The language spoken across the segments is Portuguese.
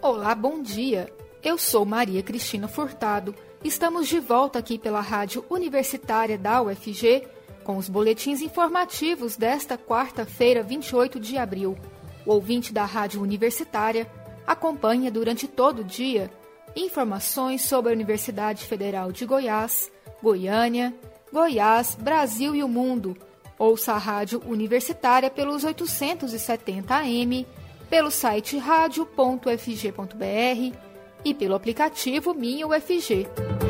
Olá, bom dia. Eu sou Maria Cristina Furtado. Estamos de volta aqui pela Rádio Universitária da UFG com os boletins informativos desta quarta-feira, 28 de abril. O ouvinte da Rádio Universitária acompanha durante todo o dia informações sobre a Universidade Federal de Goiás, Goiânia, Goiás, Brasil e o mundo. Ouça a Rádio Universitária pelos 870 AM, pelo site radio.ufg.br e pelo aplicativo Minha UFG.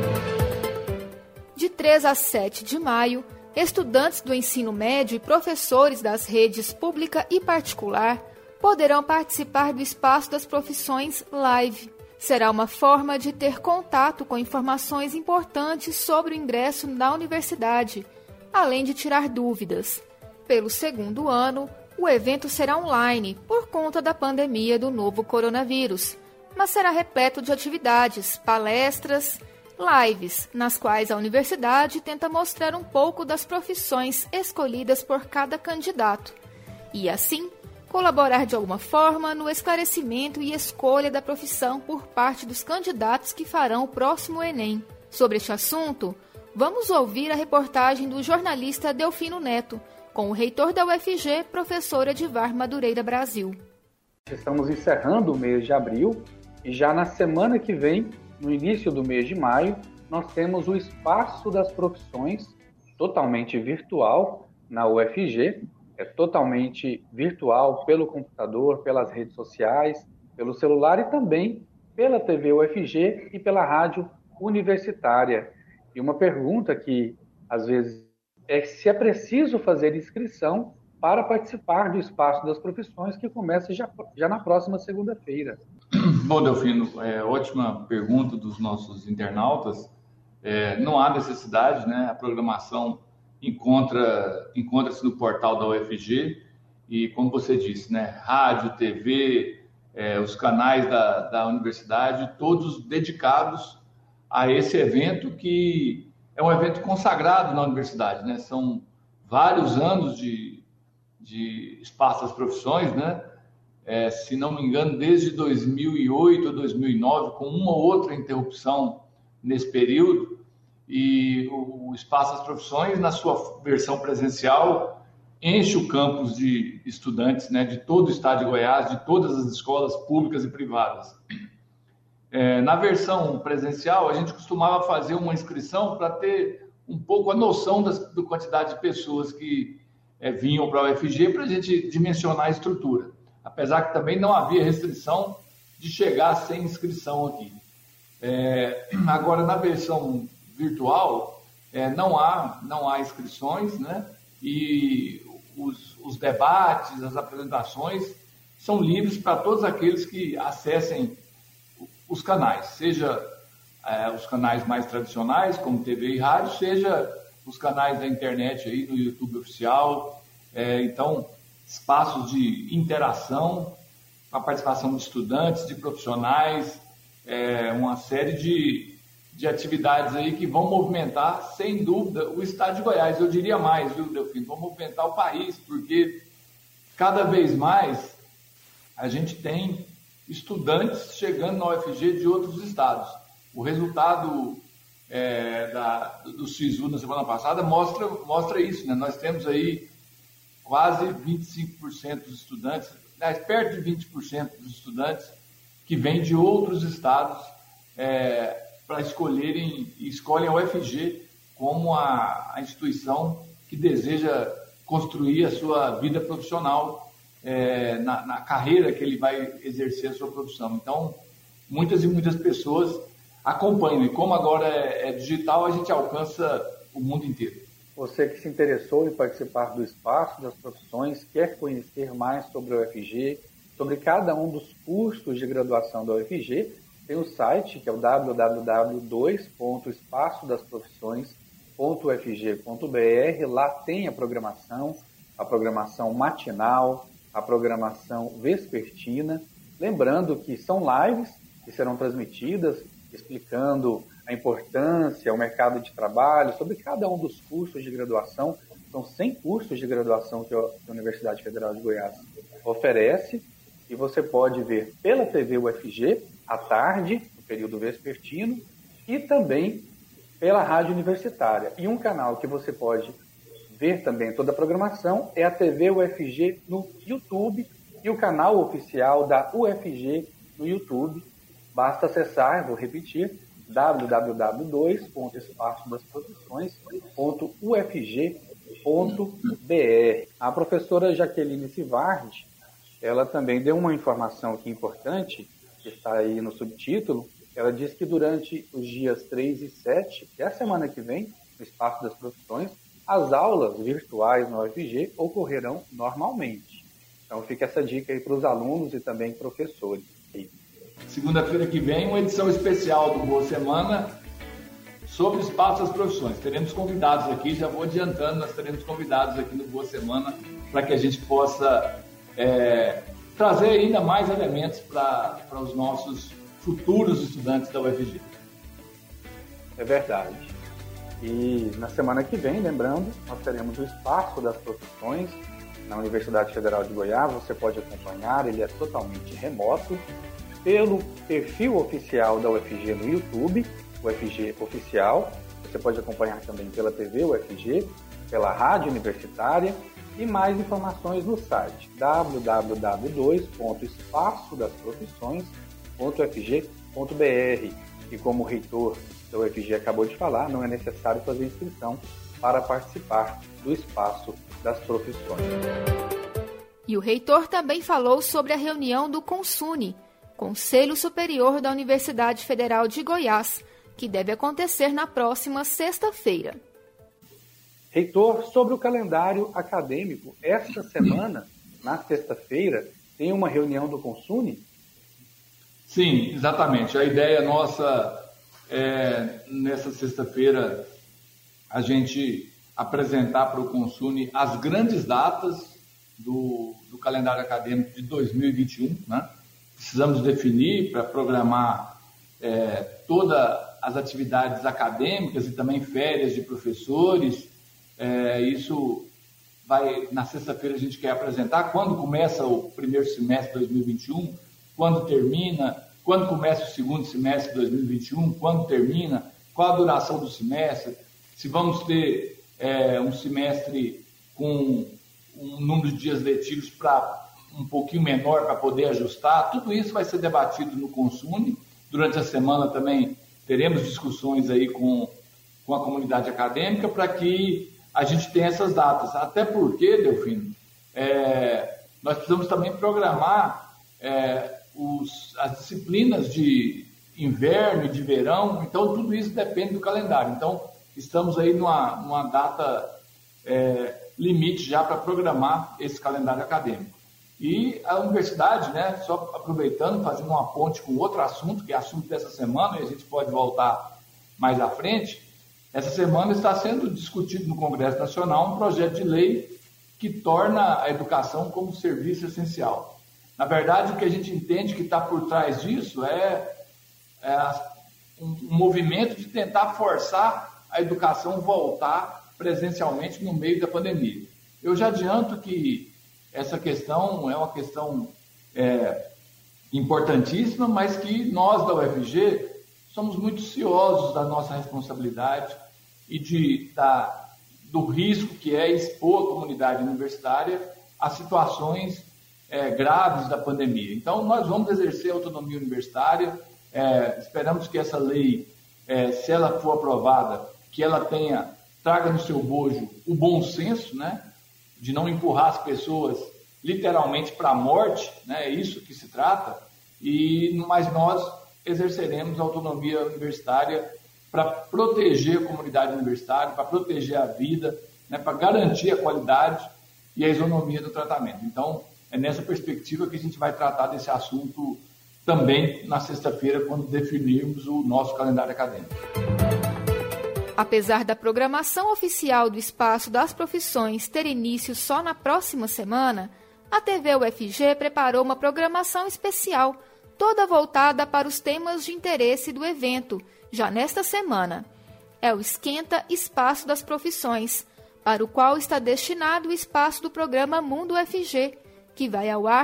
De 3 a 7 de maio, estudantes do ensino médio e professores das redes pública e particular poderão participar do Espaço das Profissões Live. Será uma forma de ter contato com informações importantes sobre o ingresso na universidade, além de tirar dúvidas. Pelo segundo ano, o evento será online por conta da pandemia do novo coronavírus, mas será repleto de atividades, palestras, lives, nas quais a universidade tenta mostrar um pouco das profissões escolhidas por cada candidato e, assim, colaborar de alguma forma no esclarecimento e escolha da profissão por parte dos candidatos que farão o próximo Enem. Sobre este assunto, vamos ouvir a reportagem do jornalista Delfino Neto, com o reitor da UFG, professor Edivar Madureira Brasil. Estamos encerrando o mês de abril e já na semana que vem, no início do mês de maio, nós temos o Espaço das Profissões, totalmente virtual, na UFG. É totalmente virtual pelo computador, pelas redes sociais, pelo celular e também pela TV UFG e pela rádio universitária. E uma pergunta que, às vezes, é se é preciso fazer inscrição para participar do Espaço das Profissões, que começa já na próxima segunda-feira. Bom, Delfino, ótima pergunta dos nossos internautas. Não há necessidade, né? A programação encontra-se no portal da UFG e, como você disse, né? Rádio, TV, os canais da universidade, todos dedicados a esse evento que é um evento consagrado na universidade, né? São vários anos de Espaço das Profissões, né? Se não me engano, desde 2008 ou 2009, com uma ou outra interrupção nesse período, e o Espaço das Profissões, na sua versão presencial, enche o campus de estudantes, né, de todo o estado de Goiás, de todas as escolas públicas e privadas. Na versão presencial, a gente costumava fazer uma inscrição para ter um pouco a noção da quantidade de pessoas que vinham para a UFG, para a gente dimensionar a estrutura. Apesar que também não havia restrição de chegar sem inscrição aqui. Agora, na versão virtual, não há inscrições, né? E os debates, as apresentações são livres para todos aqueles que acessem os canais, seja os canais mais tradicionais, como TV e rádio, seja os canais da internet aí, no YouTube oficial. Então, espaços de interação, a participação de estudantes, de profissionais, uma série de atividades aí que vão movimentar, sem dúvida, o estado de Goiás. Eu diria mais, viu, Delfino? Vão movimentar o país, porque cada vez mais a gente tem estudantes chegando na UFG de outros estados. O resultado do SISU na semana passada mostra isso, né? Nós temos aí quase 25% dos estudantes, perto de 20% dos estudantes que vêm de outros estados para escolhem a UFG como a instituição que deseja construir a sua vida profissional na carreira que ele vai exercer a sua profissão. Então, muitas e muitas pessoas acompanham, e como agora é digital, a gente alcança o mundo inteiro. Você que se interessou em participar do Espaço das Profissões, quer conhecer mais sobre a UFG, sobre cada um dos cursos de graduação da UFG, tem o site, que é o www.espaçodasprofissões.ufg.br. Lá tem a programação matinal, a programação vespertina. Lembrando que são lives que serão transmitidas, explicando a importância, o mercado de trabalho, sobre cada um dos cursos de graduação. São 100 cursos de graduação que a Universidade Federal de Goiás oferece. e você pode ver pela TV UFG, à tarde, no período vespertino, e também pela Rádio Universitária. E um canal que você pode ver também toda a programação é a TV UFG no YouTube e o canal oficial da UFG no YouTube. Basta acessar, vou repetir, www.espaçodasprofissões.ufg.br. A professora Jaqueline Sivardi, ela também deu uma informação aqui importante, que está aí no subtítulo. Ela diz que durante os dias 3 e 7, que é a semana que vem, no Espaço das Profissões, as aulas virtuais na UFG ocorrerão normalmente. Então fica essa dica aí para os alunos e também professores. Segunda-feira que vem, uma edição especial do Boa Semana sobre o Espaço das Profissões. Teremos convidados aqui, já vou adiantando, nós teremos convidados aqui no Boa Semana para que a gente possa trazer ainda mais elementos para os nossos futuros estudantes da UFG. É verdade. E na semana que vem, lembrando, nós teremos o Espaço das Profissões na Universidade Federal de Goiás. Você pode acompanhar, ele é totalmente remoto, pelo perfil oficial da UFG no YouTube, UFG Oficial. Você pode acompanhar também pela TV UFG, pela Rádio Universitária, e mais informações no site www.espaçodasprofissões.ufg.br. E como o reitor da UFG acabou de falar, não é necessário fazer inscrição para participar do Espaço das Profissões. E o reitor também falou sobre a reunião do CONSUNE, Conselho Superior da Universidade Federal de Goiás, que deve acontecer na próxima sexta-feira. Reitor, sobre o calendário acadêmico, esta semana, na sexta-feira, tem uma reunião do CONSUNE? Sim, exatamente. A ideia nossa é, nessa sexta-feira, a gente apresentar para o CONSUNE as grandes datas do calendário acadêmico de 2021, né? Precisamos definir para programar todas as atividades acadêmicas e também férias de professores. Isso vai, na sexta-feira a gente quer apresentar quando começa o primeiro semestre de 2021, quando termina, quando começa o segundo semestre de 2021, quando termina, qual a duração do semestre, se vamos ter um semestre com um número de dias letivos um pouquinho menor para poder ajustar. Tudo isso vai ser debatido no CONSUNE. Durante a semana também teremos discussões aí com a comunidade acadêmica para que a gente tenha essas datas. Até porque, Delfino, nós precisamos também programar as disciplinas de inverno e de verão. Então, tudo isso depende do calendário. Então, estamos aí numa data limite já para programar esse calendário acadêmico. E a universidade, né, só aproveitando, fazendo uma ponte com outro assunto, que é assunto dessa semana, e a gente pode voltar mais à frente. Essa semana está sendo discutido no Congresso Nacional um projeto de lei que torna a educação como serviço essencial. Na verdade, o que a gente entende que está por trás disso um movimento de tentar forçar a educação voltar presencialmente no meio da pandemia. Eu já adianto que essa questão é uma questão importantíssima, mas que nós da UFG somos muito ciosos da nossa responsabilidade e do risco que é expor a comunidade universitária a situações graves da pandemia. Então, nós vamos exercer a autonomia universitária, esperamos que essa lei, se ela for aprovada, que ela traga no seu bojo o bom senso, né, de não empurrar as pessoas literalmente para a morte, né, é isso que se trata, mas nós exerceremos a autonomia universitária para proteger a comunidade universitária, para proteger a vida, né, para garantir a qualidade e a isonomia do tratamento. Então, é nessa perspectiva que a gente vai tratar desse assunto também na sexta-feira, quando definirmos o nosso calendário acadêmico. Apesar da programação oficial do Espaço das Profissões ter início só na próxima semana, a TV UFG preparou uma programação especial, toda voltada para os temas de interesse do evento, já nesta semana. É o Esquenta Espaço das Profissões, para o qual está destinado o espaço do programa Mundo UFG, que vai ao ar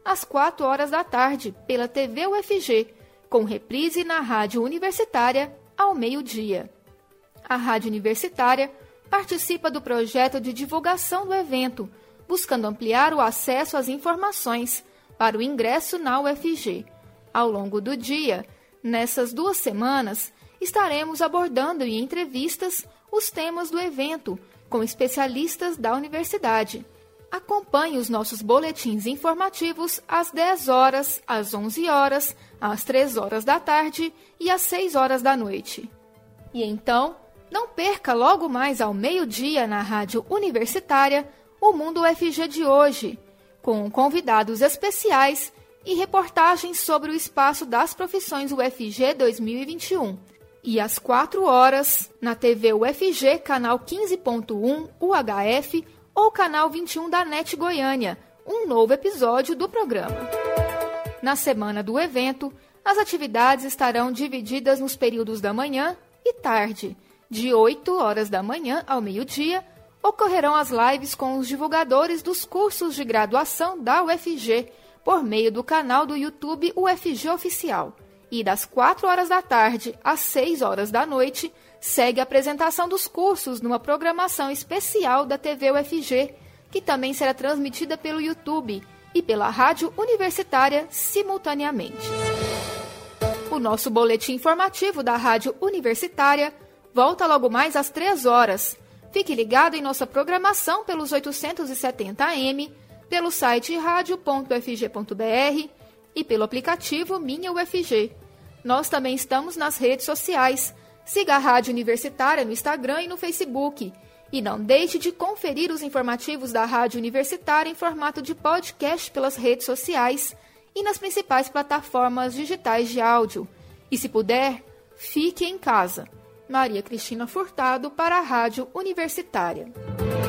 às 4 da tarde, pela TV UFG, com reprise na Rádio Universitária, ao meio-dia. A Rádio Universitária participa do projeto de divulgação do evento, buscando ampliar o acesso às informações para o ingresso na UFG. Ao longo do dia, nessas 2 semanas, estaremos abordando em entrevistas os temas do evento, com especialistas da universidade. Acompanhe os nossos boletins informativos às 10 horas, às 11 horas, às 3 horas da tarde e às 6 horas da noite. E então, não perca logo mais ao meio-dia na Rádio Universitária o Mundo UFG de hoje, com convidados especiais e reportagens sobre o espaço das profissões UFG 2021. E às 4 horas, na TV UFG, canal 15.1 UHF ou canal 21 da NET Goiânia, um novo episódio do programa. Na semana do evento, as atividades estarão divididas nos períodos da manhã e tarde. De 8 horas da manhã ao meio-dia, ocorrerão as lives com os divulgadores dos cursos de graduação da UFG, por meio do canal do YouTube UFG Oficial. E das 4 horas da tarde às 6 horas da noite, segue a apresentação dos cursos numa programação especial da TV UFG, que também será transmitida pelo YouTube e pela Rádio Universitária simultaneamente. O nosso boletim informativo da Rádio Universitária volta logo mais às 3 horas. Fique ligado em nossa programação pelos 870 AM, pelo site radio.ufg.br e pelo aplicativo Minha UFG. Nós também estamos nas redes sociais. Siga a Rádio Universitária no Instagram e no Facebook. E não deixe de conferir os informativos da Rádio Universitária em formato de podcast pelas redes sociais e nas principais plataformas digitais de áudio. E se puder, fique em casa. Maria Cristina Furtado para a Rádio Universitária.